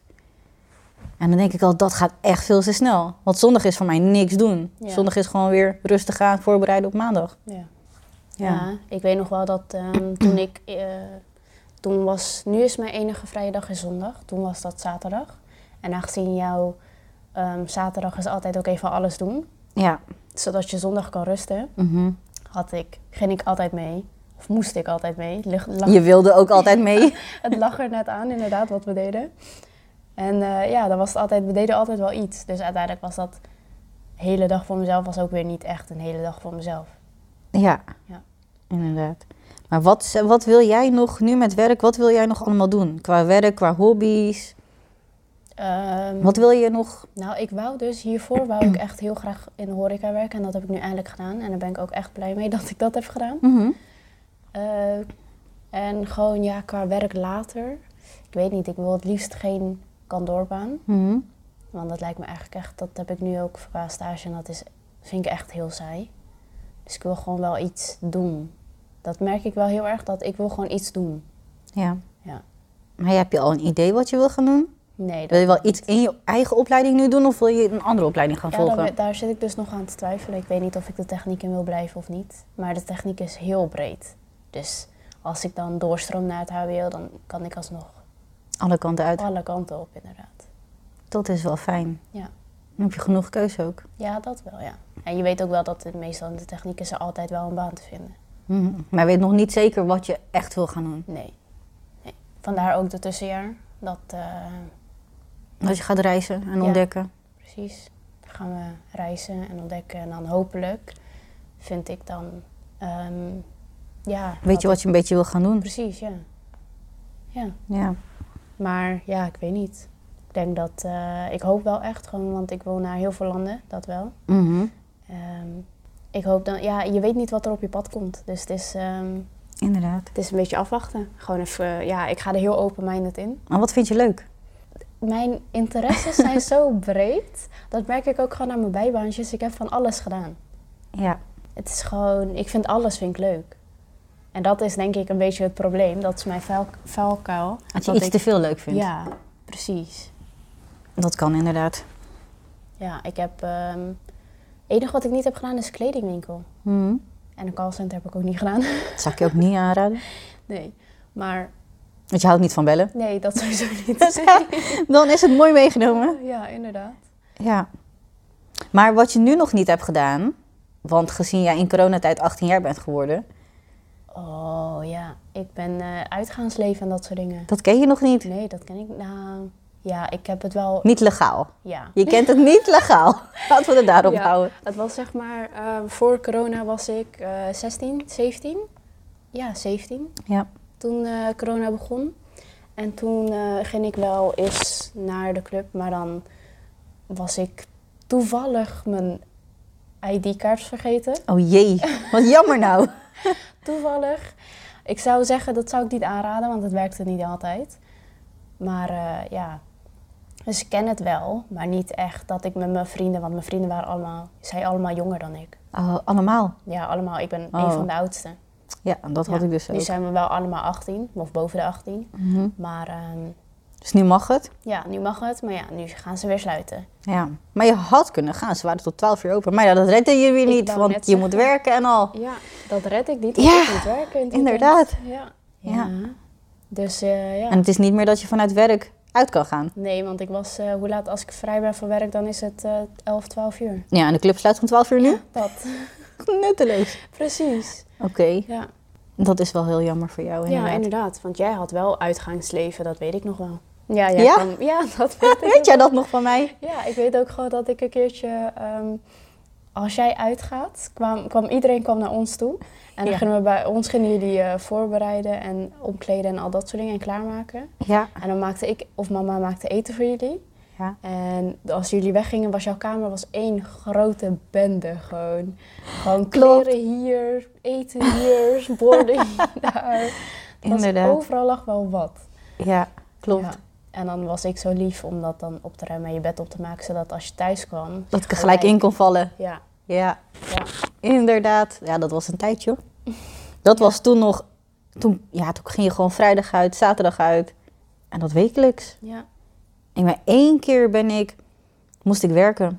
En dan denk ik al, dat gaat echt veel te snel. Want zondag is voor mij niks doen. Ja. Zondag is gewoon weer rustig gaan, voorbereiden op maandag. Ja. Ja. Ja, ik weet nog wel dat um, toen ik... Uh, toen was... Nu is mijn enige vrije dag is zondag. Toen was dat zaterdag. En aangezien jouw um, zaterdag is altijd ook even alles doen. Ja. Zodat je zondag kan rusten. Mhm. Had ik, ging ik altijd mee. Of moest ik altijd mee. Lig, lag, Je wilde ook altijd mee. Het lag er net aan, inderdaad, wat we deden. En uh, ja, dan was het altijd, we deden altijd wel iets. Dus uiteindelijk was dat hele dag voor mezelf was ook weer niet echt een hele dag voor mezelf. Ja, Ja. Inderdaad. Maar wat, wat wil jij nog nu met werk, wat wil jij nog allemaal doen? Qua werk, qua hobby's? Ehm, Wat wil je nog? Nou, ik wou dus hiervoor wou ik echt heel graag in de horeca werken. En dat heb ik nu eindelijk gedaan. En daar ben ik ook echt blij mee dat ik dat heb gedaan. Mm-hmm. Uh, en gewoon ja, qua werk later. Ik weet niet, ik wil het liefst geen kantoorbaan. Mm-hmm. Want dat lijkt me eigenlijk echt, dat heb ik nu ook qua stage. En dat is, vind ik echt heel saai. Dus ik wil gewoon wel iets doen. Dat merk ik wel heel erg, dat ik wil gewoon iets doen. Ja. Ja. Maar heb je al een idee wat je wil gaan doen? Nee. Dat wil je wel iets in je eigen opleiding nu doen of wil je een andere opleiding gaan ja, volgen? Daar, daar zit ik dus nog aan te twijfelen. Ik weet niet of ik de techniek in wil blijven of niet. Maar de techniek is heel breed. Dus als ik dan doorstroom naar het H B O, dan kan ik alsnog Alle kanten uit. alle kanten op, inderdaad. Dat is wel fijn. Ja. Dan heb je genoeg keuze ook. Ja, dat wel, ja. En je weet ook wel dat het meestal in de techniek is er altijd wel een baan te vinden. Mm-hmm. Maar je weet nog niet zeker wat je echt wil gaan doen? Nee. nee. Vandaar ook de tussenjaar. Dat, uh, dat je gaat reizen en ontdekken. Ja, precies. Dan gaan we reizen en ontdekken. En dan hopelijk vind ik dan... Um, ja, weet je wat ik... je een beetje wil gaan doen? Precies, ja. Ja. ja. Maar ja, ik weet niet. Ik denk dat... Uh, ik hoop wel echt gewoon, want ik wil naar heel veel landen. Dat wel. Mm-hmm. Um, ik hoop dan... Ja, je weet niet wat er op je pad komt. Dus het is... Um, Inderdaad. Het is een beetje afwachten. Gewoon even... Ja, ik ga er heel open-minded in. Maar wat vind je leuk? Mijn interesses zijn zo breed. Dat merk ik ook gewoon aan mijn bijbaantjes. Ik heb van alles gedaan. Ja. Het is gewoon... Ik vind alles vind ik leuk. En dat is denk ik een beetje het probleem. Dat is mijn vuil, vuilkuil. Dat je dat iets ik, te veel leuk vindt. Ja, precies. Dat kan inderdaad. Ja, ik heb... Um, het enige wat ik niet heb gedaan is kledingwinkel. Mm-hmm. En een callcenter heb ik ook niet gedaan. Dat zou ik je ook niet aanraden. Nee, maar... Want je houdt niet van bellen? Nee, dat sowieso niet. Dan is het mooi meegenomen. Ja, inderdaad. Ja. Maar wat je nu nog niet hebt gedaan... Want gezien jij in coronatijd achttien jaar bent geworden... Oh ja, ik ben uh, uitgaansleven en dat soort dingen. Dat ken je nog niet? Nee, dat ken ik. Nou, ja, ik heb het wel... Niet legaal? Ja. Je kent het niet legaal? Laten we het daarop ja, houden. Het was zeg maar... Uh, voor corona was ik uh, zestien, zeventien. Ja, zeventien. Ja. Toen uh, corona begon. En toen uh, ging ik wel eens naar de club. Maar dan was ik toevallig mijn I D-kaart vergeten. Oh jee, wat jammer nou. Toevallig. Ik zou zeggen, dat zou ik niet aanraden, want het werkte niet altijd. Maar uh, ja, dus ik ken het wel, maar niet echt dat ik met mijn vrienden, want mijn vrienden waren allemaal, zij allemaal jonger dan ik. Oh, allemaal? Ja, allemaal. Ik ben oh. een van de oudste. Ja, dat had ja, ik dus ook. Nu zijn we wel allemaal achttien, of boven de achttien. Mm-hmm. Maar um, dus nu mag het? Ja, nu mag het, maar ja, nu gaan ze weer sluiten. Ja, maar je had kunnen gaan. Ze waren tot twaalf uur open. Maar ja, dat redde je weer niet, want je zeggen. moet werken en al. Ja, dat red ik niet. Ja, ik moet werken in inderdaad. Ja. Ja. ja. Dus uh, ja. En het is niet meer dat je vanuit werk uit kan gaan. Nee, want ik was, uh, hoe laat als ik vrij ben van werk, dan is het uh, elf, twaalf uur. Ja, en de club sluit om twaalf uur nu? Ja, dat. Nutteloos. Precies. Oké. Okay. Ja. Dat is wel heel jammer voor jou, inderdaad. Ja, inderdaad. Want jij had wel uitgaansleven, dat weet ik nog wel. Ja, jij ja? Kwam, ja dat weet ik Weet jij dat nog van mij? Ja, ik weet ook gewoon dat ik een keertje... Um, als jij uitgaat, kwam, kwam iedereen kwam naar ons toe. En dan ja. gingen we bij ons gingen jullie uh, voorbereiden en omkleden en al dat soort dingen en klaarmaken. Ja. En dan maakte ik of mama maakte eten voor jullie. Ja. En als jullie weggingen, was jouw kamer was één grote bende gewoon. Gewoon kleren hier, eten hier, borden daar. Inderdaad. Overal lag wel wat. Ja, klopt. Ja. En dan was ik zo lief om dat dan op te ruimen en je bed op te maken, zodat als je thuis kwam... Dat ik er gelijk in kon vallen. Ja. Ja. Ja, inderdaad. Ja, dat was een tijdje. Dat ja. was toen nog... Toen, ja, toen ging je gewoon vrijdag uit, zaterdag uit. En dat wekelijks. Ja. En maar één keer ben ik... Moest ik werken.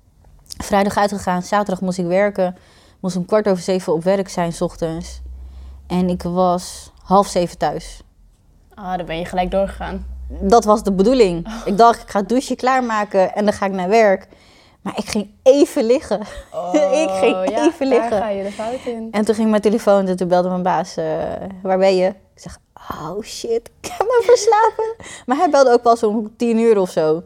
Vrijdag uitgegaan, zaterdag moest ik werken. Moest om kwart over zeven op werk zijn, 's ochtends. En ik was half zeven thuis. Ah, dan ben je gelijk doorgegaan. Dat was de bedoeling. Oh. Ik dacht, ik ga het douchen klaarmaken en dan ga ik naar werk. Maar ik ging even liggen. Oh, ik ging ja, even liggen. Daar ga je de fout in. En toen ging mijn telefoon en toen belde mijn baas, uh, waar ben je? Ik zeg, oh shit, ik heb me verslapen. Maar hij belde ook pas om tien uur of zo.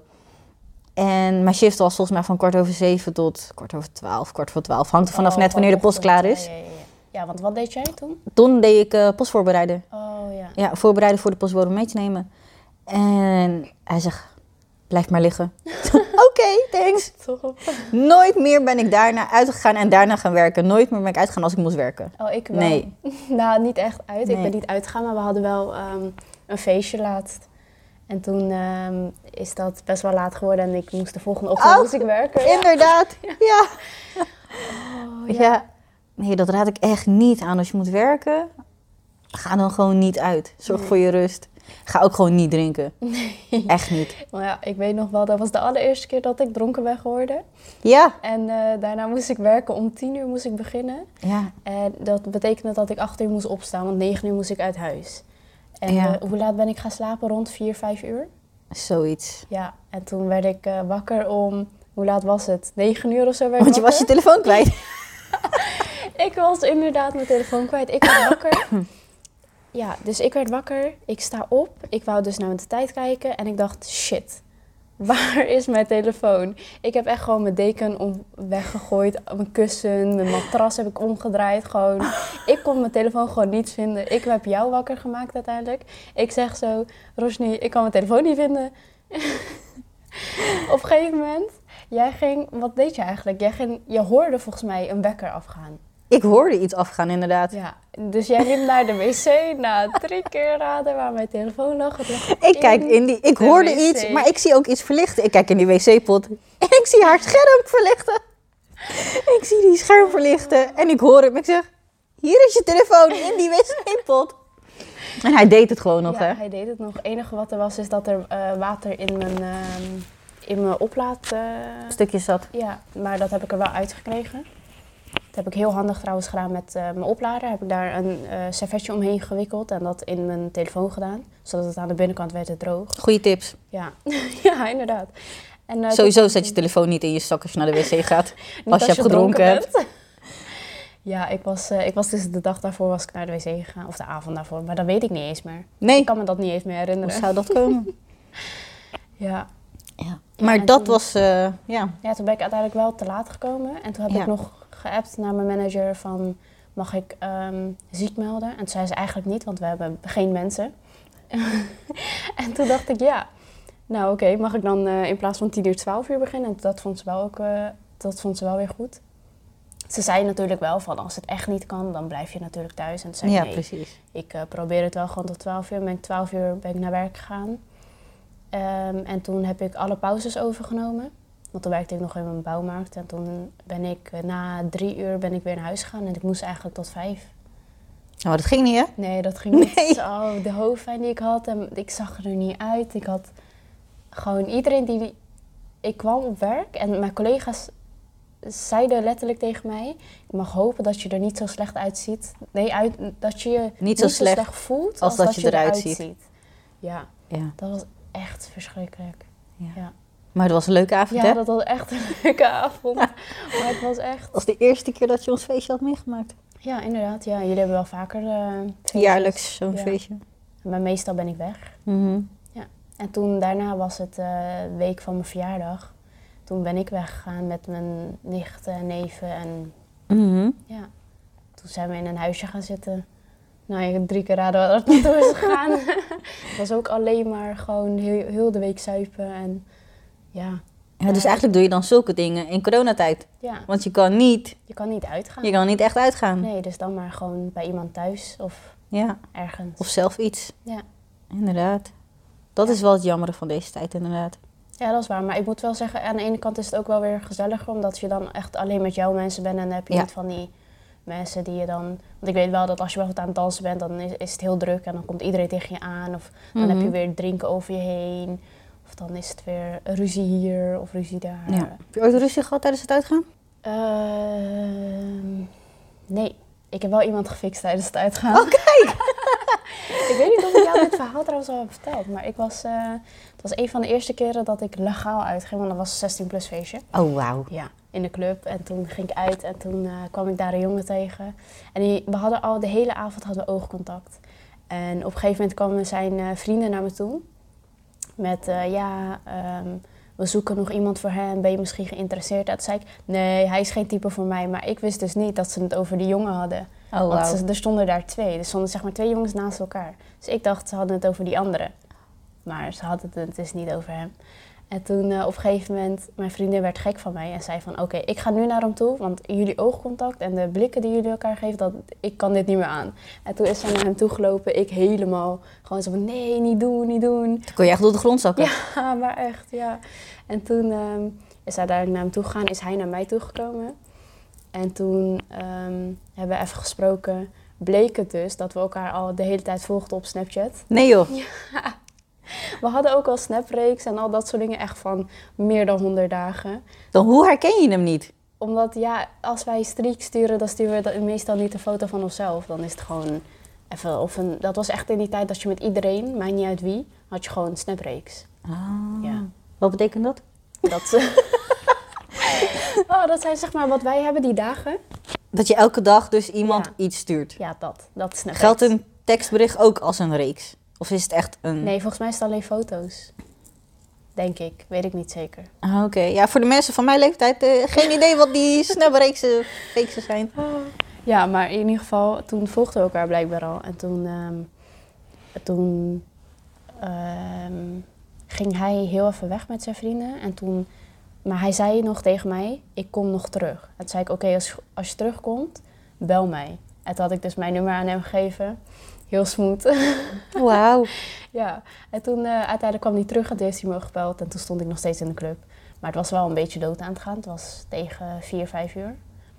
En mijn shift was volgens mij van kwart over zeven tot kwart over twaalf, kwart voor twaalf. Hangt er vanaf oh, net wanneer de post klaar is. Ja, ja, ja. ja, want wat deed jij toen? Toen deed ik uh, post voorbereiden. Oh ja. Ja, voorbereiden voor de postbode mee te nemen. En hij zegt, blijf maar liggen. Oké, okay, thanks. Top. Nooit meer ben ik daarna uitgegaan en daarna gaan werken. Nooit meer ben ik uitgegaan als ik moest werken. Oh, ik wel. Nee. Nou, niet echt uit. Nee. Ik ben niet uitgegaan, maar we hadden wel um, een feestje laatst. En toen um, is dat best wel laat geworden en ik moest de volgende ochtend Oh, moest ik werken. Inderdaad, ja. ja. Oh, ja. ja. Nee, dat raad ik echt niet aan. Als je moet werken, ga dan gewoon niet uit. Zorg Nee. voor je rust. Ga ook gewoon niet drinken. Nee. Echt niet. Maar ja, ik weet nog wel, dat was de allereerste keer dat ik dronken ben geworden. Ja. En uh, daarna moest ik werken, om tien uur moest ik beginnen. Ja. En dat betekende dat ik acht uur moest opstaan, want negen uur moest ik uit huis. En Ja. uh, hoe laat ben ik gaan slapen? Rond vier, vijf uur? Zoiets. Ja, en toen werd ik uh, wakker om, hoe laat was het? negen uur of zo werd ik Want je was je wakker. telefoon kwijt. Ik was inderdaad mijn telefoon kwijt. Ik werd wakker. Ja, dus ik werd wakker. Ik sta op. Ik wou dus naar de tijd kijken. En ik dacht, shit, waar is mijn telefoon? Ik heb echt gewoon mijn deken om weggegooid. Mijn kussen, mijn matras heb ik omgedraaid. Gewoon. Ik kon mijn telefoon gewoon niet vinden. Ik heb jou wakker gemaakt uiteindelijk. Ik zeg zo, Roshni, ik kan mijn telefoon niet vinden. Op een gegeven moment, jij ging, wat deed je eigenlijk? Jij ging, je hoorde volgens mij een wekker afgaan. Ik hoorde iets afgaan, inderdaad. Ja, dus jij liep naar de wc na drie keer raden waar mijn telefoon lag. Het lag Ik in kijk in die, ik de hoorde wc. iets, maar ik zie ook iets verlichten. Ik kijk in die wc-pot en ik zie haar scherm verlichten. Ik zie die scherm verlichten en ik hoor hem. Ik zeg, hier is je telefoon in die wc-pot. En hij deed het gewoon nog, Ja, hè? hij deed het nog. Het enige wat er was, is dat er uh, water in mijn, uh, in mijn oplaad... Uh, Stukjes zat. Ja, maar dat heb ik er wel uitgekregen. Dat heb ik heel handig trouwens gedaan met uh, mijn oplader. Heb ik daar een uh, servetje omheen gewikkeld en dat in mijn telefoon gedaan. Zodat het aan de binnenkant werd het droog. Goeie tips. Ja, ja inderdaad. En, uh, Sowieso toen... zet je telefoon niet in je zak als je naar de wc gaat. Niet als je hebt gedronken hebt. Bent. Ja, ik was, uh, ik was dus de dag daarvoor was ik naar de wc gegaan. Of de avond daarvoor. Maar dat weet ik niet eens meer. Nee. Ik kan me dat niet eens meer herinneren. Hoe zou dat komen? Ja. Ja. Maar ja, dat toen, was, uh, ja. Ja, toen ben ik uiteindelijk wel te laat gekomen. En toen heb ja. ik nog geappt naar mijn manager van, mag ik um, ziek melden? En toen zei ze eigenlijk niet, want we hebben geen mensen. En toen dacht ik, ja, nou oké, okay, mag ik dan uh, in plaats van tien uur, twaalf uur beginnen? En dat vond ze wel ook, uh, dat vond ze wel weer goed. Ze zei natuurlijk wel van, als het echt niet kan, dan blijf je natuurlijk thuis. En toen zei ja, nee, precies. ik uh, probeer het wel gewoon tot twaalf uur. Ben ik twaalf uur ben ik naar werk gegaan. Um, en toen heb ik alle pauzes overgenomen. Want toen werkte ik nog in mijn bouwmarkt. En toen ben ik uh, na drie uur ben ik weer naar huis gegaan. En ik moest eigenlijk tot vijf. Nou, dat ging niet, hè? Nee, dat ging niet. Nee. Zo, de hoofdpijn die ik had. En ik zag er niet uit. Ik had gewoon iedereen die... Ik kwam op werk en mijn collega's zeiden letterlijk tegen mij, ik mag hopen dat je er niet zo slecht uitziet. Nee, uit, dat je je niet, niet zo, slecht, zo slecht voelt als, als dat, dat je eruit, eruit ziet. ziet. Ja. ja, dat was echt verschrikkelijk. Ja. Ja. Maar het was een leuke avond, ja, hè? Ja, dat was echt een leuke avond. Maar het was echt... Dat was de eerste keer dat je ons feestje had meegemaakt. Ja, inderdaad. Ja, jullie hebben wel vaker uh, feestjes. Jaarlijks zo'n ja. feestje. Maar meestal ben ik weg. Mm-hmm. Ja. En toen daarna was het uh, week van mijn verjaardag. Toen ben ik weggegaan met mijn nichten en neven en mm-hmm. ja, toen zijn we in een huisje gaan zitten. Nou, je hebt drie keer raden waar het naartoe is gegaan. Het was ook alleen maar gewoon heel, heel de week zuipen en ja. Ja, dus eigenlijk doe je dan zulke dingen in coronatijd. Ja. Want je kan niet... Je kan niet uitgaan. Je kan niet echt uitgaan. Nee, dus dan maar gewoon bij iemand thuis of ja. ergens. Of zelf iets. Ja. Inderdaad. Dat ja. is wel het jammere van deze tijd, inderdaad. Ja, dat is waar. Maar ik moet wel zeggen, aan de ene kant is het ook wel weer gezelliger, omdat je dan echt alleen met jouw mensen bent en dan heb je ja. niet van die mensen die je dan... Want ik weet wel dat als je bijvoorbeeld aan het dansen bent, dan is, is het heel druk en dan komt iedereen tegen je aan. Of dan mm-hmm. heb je weer drinken over je heen. Of dan is het weer ruzie hier of ruzie daar. Ja. Heb je ooit ruzie gehad tijdens het uitgaan? Uh, nee. Ik heb wel iemand gefixt tijdens het uitgaan. Oh, kijk! Ik weet niet of ik jou dit verhaal trouwens al heb verteld. Maar ik was, uh, het was een van de eerste keren dat ik legaal uitging. Want dat was een zestien plus feestje. Oh, wauw. Ja, in de club. En toen ging ik uit en toen uh, kwam ik daar een jongen tegen. En die, we hadden al de hele avond hadden we oogcontact. En op een gegeven moment kwamen zijn uh, vrienden naar me toe. Met, uh, ja, um, we zoeken nog iemand voor hem. Ben je misschien geïnteresseerd? En toen zei ik, nee, hij is geen type voor mij. Maar ik wist dus niet dat ze het over die jongen hadden. Oh, wow. Want ze, er stonden daar twee. Er stonden zeg maar twee jongens naast elkaar. Dus ik dacht, ze hadden het over die andere. Maar ze hadden het, het is niet over hem. En toen uh, op een gegeven moment, mijn vriendin werd gek van mij en zei van... Oké, okay, ik ga nu naar hem toe, want jullie oogcontact en de blikken die jullie elkaar geven, dat, ik kan dit niet meer aan. En toen is zij naar hem toe gelopen, ik helemaal gewoon zo van... Nee, niet doen, niet doen. Toen kon je echt door de grond zakken. Ja, maar echt, ja. En toen um, is zij uiteindelijk naar hem toe gegaan, is hij naar mij toegekomen. En toen um, hebben we even gesproken. Bleek het dus dat we elkaar al de hele tijd volgden op Snapchat. Nee joh. Ja. We hadden ook al snapreeks en al dat soort dingen echt van meer dan honderd dagen. Dan hoe herken je hem niet? Omdat ja, als wij streak sturen, dan sturen we meestal niet een foto van onszelf. Dan is het gewoon even, of een, dat was echt in die tijd dat je met iedereen, maakt niet uit wie, had je gewoon snapreeks. Ah, ja. Wat betekent dat? Dat, oh, dat zijn zeg maar wat wij hebben die dagen. Dat je elke dag dus iemand ja. iets stuurt? Ja, dat. Dat is snapreeks. Geldt een tekstbericht ook als een reeks? Of is het echt een... Nee, volgens mij is het alleen foto's. Denk ik. Weet ik niet zeker. Ah, oké. Okay. Ja, voor de mensen van mijn leeftijd, uh, geen idee wat die snapreeksen reeksen zijn. Oh. Ja, maar in ieder geval, toen volgden we elkaar blijkbaar al. En toen, um, toen um, ging hij heel even weg met zijn vrienden. En toen, maar hij zei nog tegen mij, ik kom nog terug. En toen zei ik, oké, okay, als, als je terugkomt, bel mij. En toen had ik dus mijn nummer aan hem gegeven. Heel smooth. Wauw. Ja, en toen uh, uiteindelijk kwam hij terug en toen heeft hij me gebeld. En toen stond ik nog steeds in de club. Maar het was wel een beetje dood aan het gaan. Het was tegen vier, vijf uur.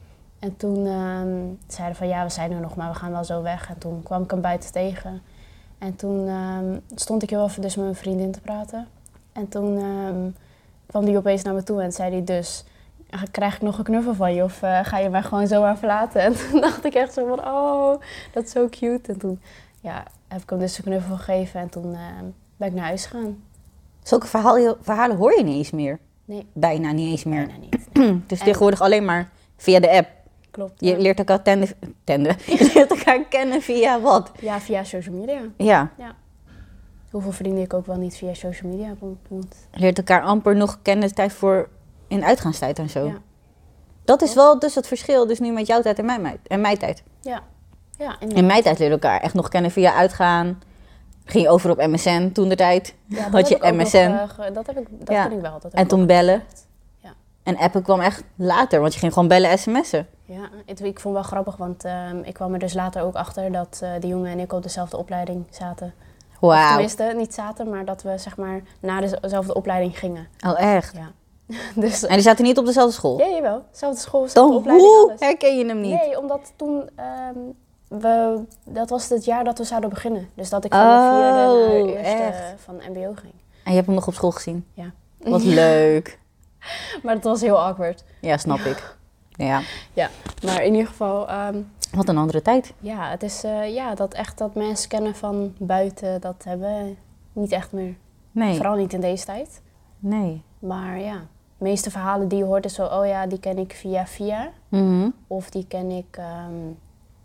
En toen um, zeiden van ja, we zijn er nog, maar we gaan wel zo weg. En toen kwam ik hem buiten tegen. En toen um, stond ik heel even dus met mijn vriendin te praten. En toen um, kwam hij opeens naar me toe en zei hij dus... Krijg ik nog een knuffel van je of uh, ga je mij gewoon zomaar verlaten? En toen dacht ik echt zo van, oh, dat is zo cute. En toen ja, heb ik hem dus een knuffel gegeven en toen uh, ben ik naar huis gegaan. Zulke verhalen, verhalen hoor je niet eens meer? Nee. Bijna niet eens meer. Bijna niet. Nee. Dus tegenwoordig alleen maar via de app. Klopt. Je ja. leert elkaar tenden, tenden. Je leert elkaar kennen via wat? Ja, via social media. Ja. ja. Hoeveel vrienden ik ook wel niet via social media heb ontmoet. Je leert elkaar amper nog kennen tijd voor in uitgaanstijd en zo. Ja. Dat is wel dus het verschil dus nu met jouw tijd en mijn, en mijn tijd. Ja. ja in mijn tijd leerde elkaar echt nog kennen via uitgaan. Ging je over op M S N toen de tijd. Ja, had je M S N. Nog, uh, dat heb ik, dat ja. ken ik wel. Dat en toen bellen. Ja. En appen kwam echt later, want je ging gewoon bellen, sms'en. Ja, het, ik vond het wel grappig, want uh, ik kwam er dus later ook achter dat uh, die jongen en ik op dezelfde opleiding zaten. Wauw. Of tenminste, niet zaten, maar dat we zeg maar naar dezelfde opleiding gingen. Oh, echt? Ja. dus, en die zaten niet op dezelfde school? Ja, jawel. Dezelfde school, dezelfde Dan opleiding, hoe alles. herken je hem niet? Nee, omdat toen... Um, we, dat was het jaar dat we zouden beginnen. Dus dat ik van oh, de vierde naar de eerste echt? van M B O ging. En je hebt hem nog op school gezien? Ja. Wat leuk. Maar het was heel awkward. Ja, snap ik. Ja. Ja, maar in ieder geval... Um, Wat een andere tijd. Ja, het is uh, ja, dat echt dat mensen kennen van buiten, dat hebben we niet echt meer. Nee. Vooral niet in deze tijd. Nee. Maar ja, de meeste verhalen die je hoort is zo, oh ja, die ken ik via via. Mm-hmm. Of die ken ik, um,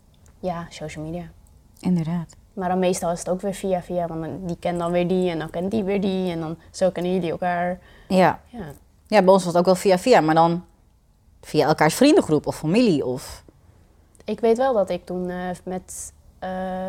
ja, social media. Inderdaad. Maar dan meestal is het ook weer via via, want die kent dan weer die en dan kent die weer die. En dan zo kennen jullie elkaar. Ja. Ja, Ja, bij ons was het ook wel via via, maar dan via elkaars vriendengroep of familie of... Ik weet wel dat ik toen uh, met... Uh,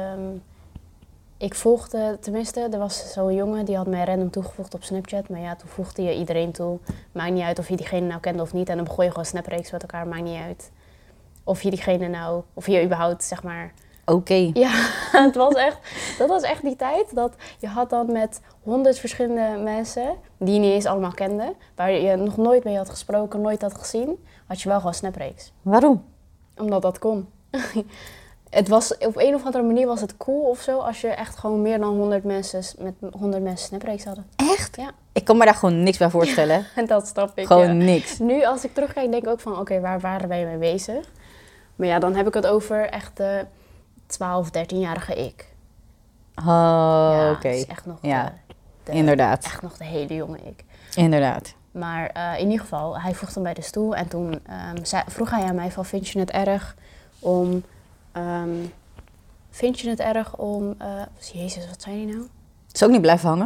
ik volgde, tenminste, er was zo'n jongen die had mij random toegevoegd op Snapchat. Maar ja, toen voegde je iedereen toe. Maakt niet uit of je diegene nou kende of niet. En dan begon je gewoon snapreeks met elkaar, maakt niet uit. Of je diegene nou, of je überhaupt, zeg maar... Oké. Okay. Ja, het was echt, dat was echt die tijd dat je had dan met honderd verschillende mensen, die je niet eens allemaal kende, waar je nog nooit mee had gesproken, nooit had gezien, had je wel gewoon snapreeks. Waarom? Omdat dat kon. Het was, op een of andere manier was het cool of zo, als je echt gewoon meer dan honderd mensen, met honderd mensen snapreeks hadden. Echt? Ja. Ik kan me daar gewoon niks bij voorstellen. Ja, en dat snap ik, Gewoon ja. niks. Nu, als ik terugkijk, denk ik ook van, oké, okay, waar waren wij mee bezig? Maar ja, dan heb ik het over echt de twaalf, dertienjarige ik. Oh, ja, oké. Okay. echt nog ja, de, de, inderdaad. Echt nog de hele jonge ik. Inderdaad. Maar uh, in ieder geval, hij vroeg dan bij de stoel en toen um, zei, vroeg hij aan mij van, vind je het erg om... Um, vind je het erg om... Uh, Jezus, wat zei hij nou? Het is ook niet blijven hangen.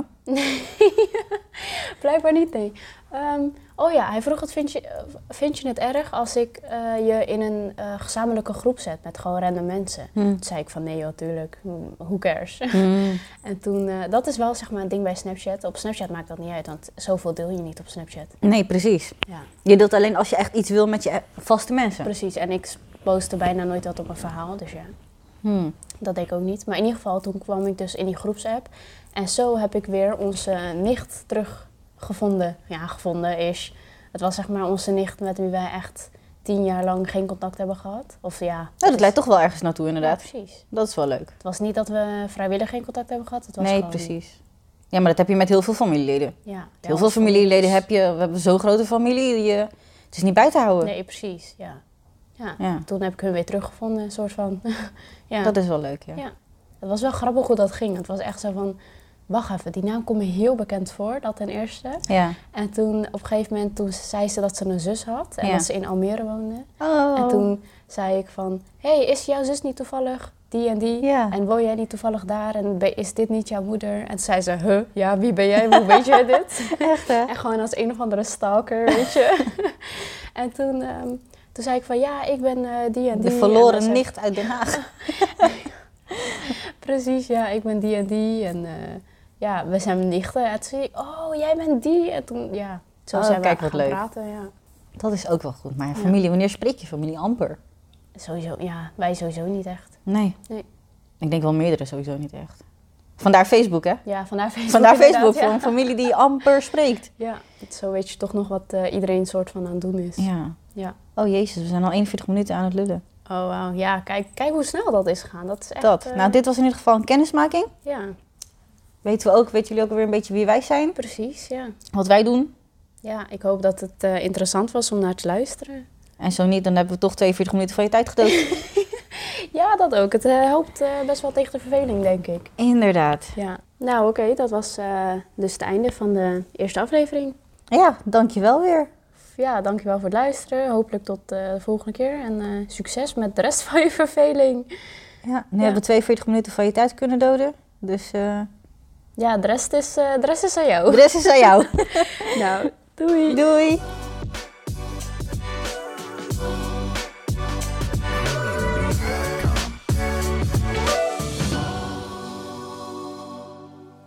Blijkbaar niet, nee. Um, oh ja, hij vroeg, het, vind, je, vind je het erg als ik uh, je in een uh, gezamenlijke groep zet met gewoon random mensen? Hmm. Toen zei ik van nee joh, tuurlijk, who cares? Hmm. En toen, uh, dat is wel zeg maar een ding bij Snapchat. Op Snapchat maakt dat niet uit, want zoveel deel je niet op Snapchat. Nee, precies. Ja. Je deelt alleen als je echt iets wil met je vaste mensen. Precies, en ik postte bijna nooit wat op een verhaal, dus ja. Hmm. Dat deed ik ook niet. Maar in ieder geval, toen kwam ik dus in die groepsapp. En zo heb ik weer onze nicht teruggevonden. Ja, gevonden is. Het was zeg maar onze nicht met wie wij echt tien jaar lang geen contact hebben gehad. Of ja. Nou, dat is... leidt toch wel ergens naartoe inderdaad. Ja, precies. Dat is wel leuk. Het was niet dat we vrijwillig geen contact hebben gehad. Het was nee, gewoon... precies. Ja, maar dat heb je met heel veel familieleden. Ja. Heel veel familieleden heb je. We hebben zo'n grote familie. Die je, het is niet bij te houden. Nee, precies. Ja. Ja. ja. Toen heb ik hun weer teruggevonden. Een soort van... ja. Dat is wel leuk, ja. ja. Het was wel grappig hoe dat ging. Het was echt zo van... Wacht even, die naam komt me heel bekend voor, dat ten eerste. Ja. En toen op een gegeven moment toen zei ze dat ze een zus had en ja. dat ze in Almere woonde. Oh. En toen zei ik van, hé, hey, is jouw zus niet toevallig die en die? Ja. En woon jij niet toevallig daar? En is dit niet jouw moeder? En toen zei ze, huh, ja, wie ben jij? Hoe weet jij dit? Echt, hè? En gewoon als een of andere stalker, weet je. En toen, um, toen zei ik van, ja, ik ben uh, die en die. De verloren en nicht uit Den Haag. Precies, ja, ik ben die en die en... Uh, ja, we zijn nichten. En toen zei ik, oh, jij bent die. En toen, ja, zo oh, zijn kijk, we wat gaan leuk. praten. Ja. Dat is ook wel goed. Maar familie, ja. Wanneer spreek je familie amper? Sowieso, ja, wij sowieso niet echt. Nee. nee. Ik denk wel meerdere sowieso niet echt. Vandaar Facebook, hè? Ja, vandaar Facebook. Vandaar Facebook, voor ja. een familie die amper spreekt. Ja, zo weet je toch nog wat uh, iedereen soort van aan het doen is. Ja. ja. Oh jezus, we zijn al eenenveertig minuten aan het lullen. Oh, wauw. Ja, kijk, kijk hoe snel dat is gegaan. Dat is echt... Dat. Uh... Nou, dit was in ieder geval een kennismaking. Ja. Weten we ook, weten jullie ook weer een beetje wie wij zijn? Precies, ja. Wat wij doen. Ja, ik hoop dat het uh, interessant was om naar te luisteren. En zo niet, dan hebben we toch tweeënveertig minuten van je tijd gedood. Ja, dat ook. Het uh, helpt uh, best wel tegen de verveling, denk ik. Inderdaad. Ja. Nou, oké, okay, dat was uh, dus het einde van de eerste aflevering. Ja, dankjewel weer. Ja, dankjewel voor het luisteren. Hopelijk tot uh, de volgende keer. En uh, succes met de rest van je verveling. Ja, nu ja. hebben we tweeënveertig minuten van je tijd kunnen doden. Dus... Uh... Ja, de rest, is, uh, de rest is aan jou. De rest is aan jou. Nou, doei. Doei.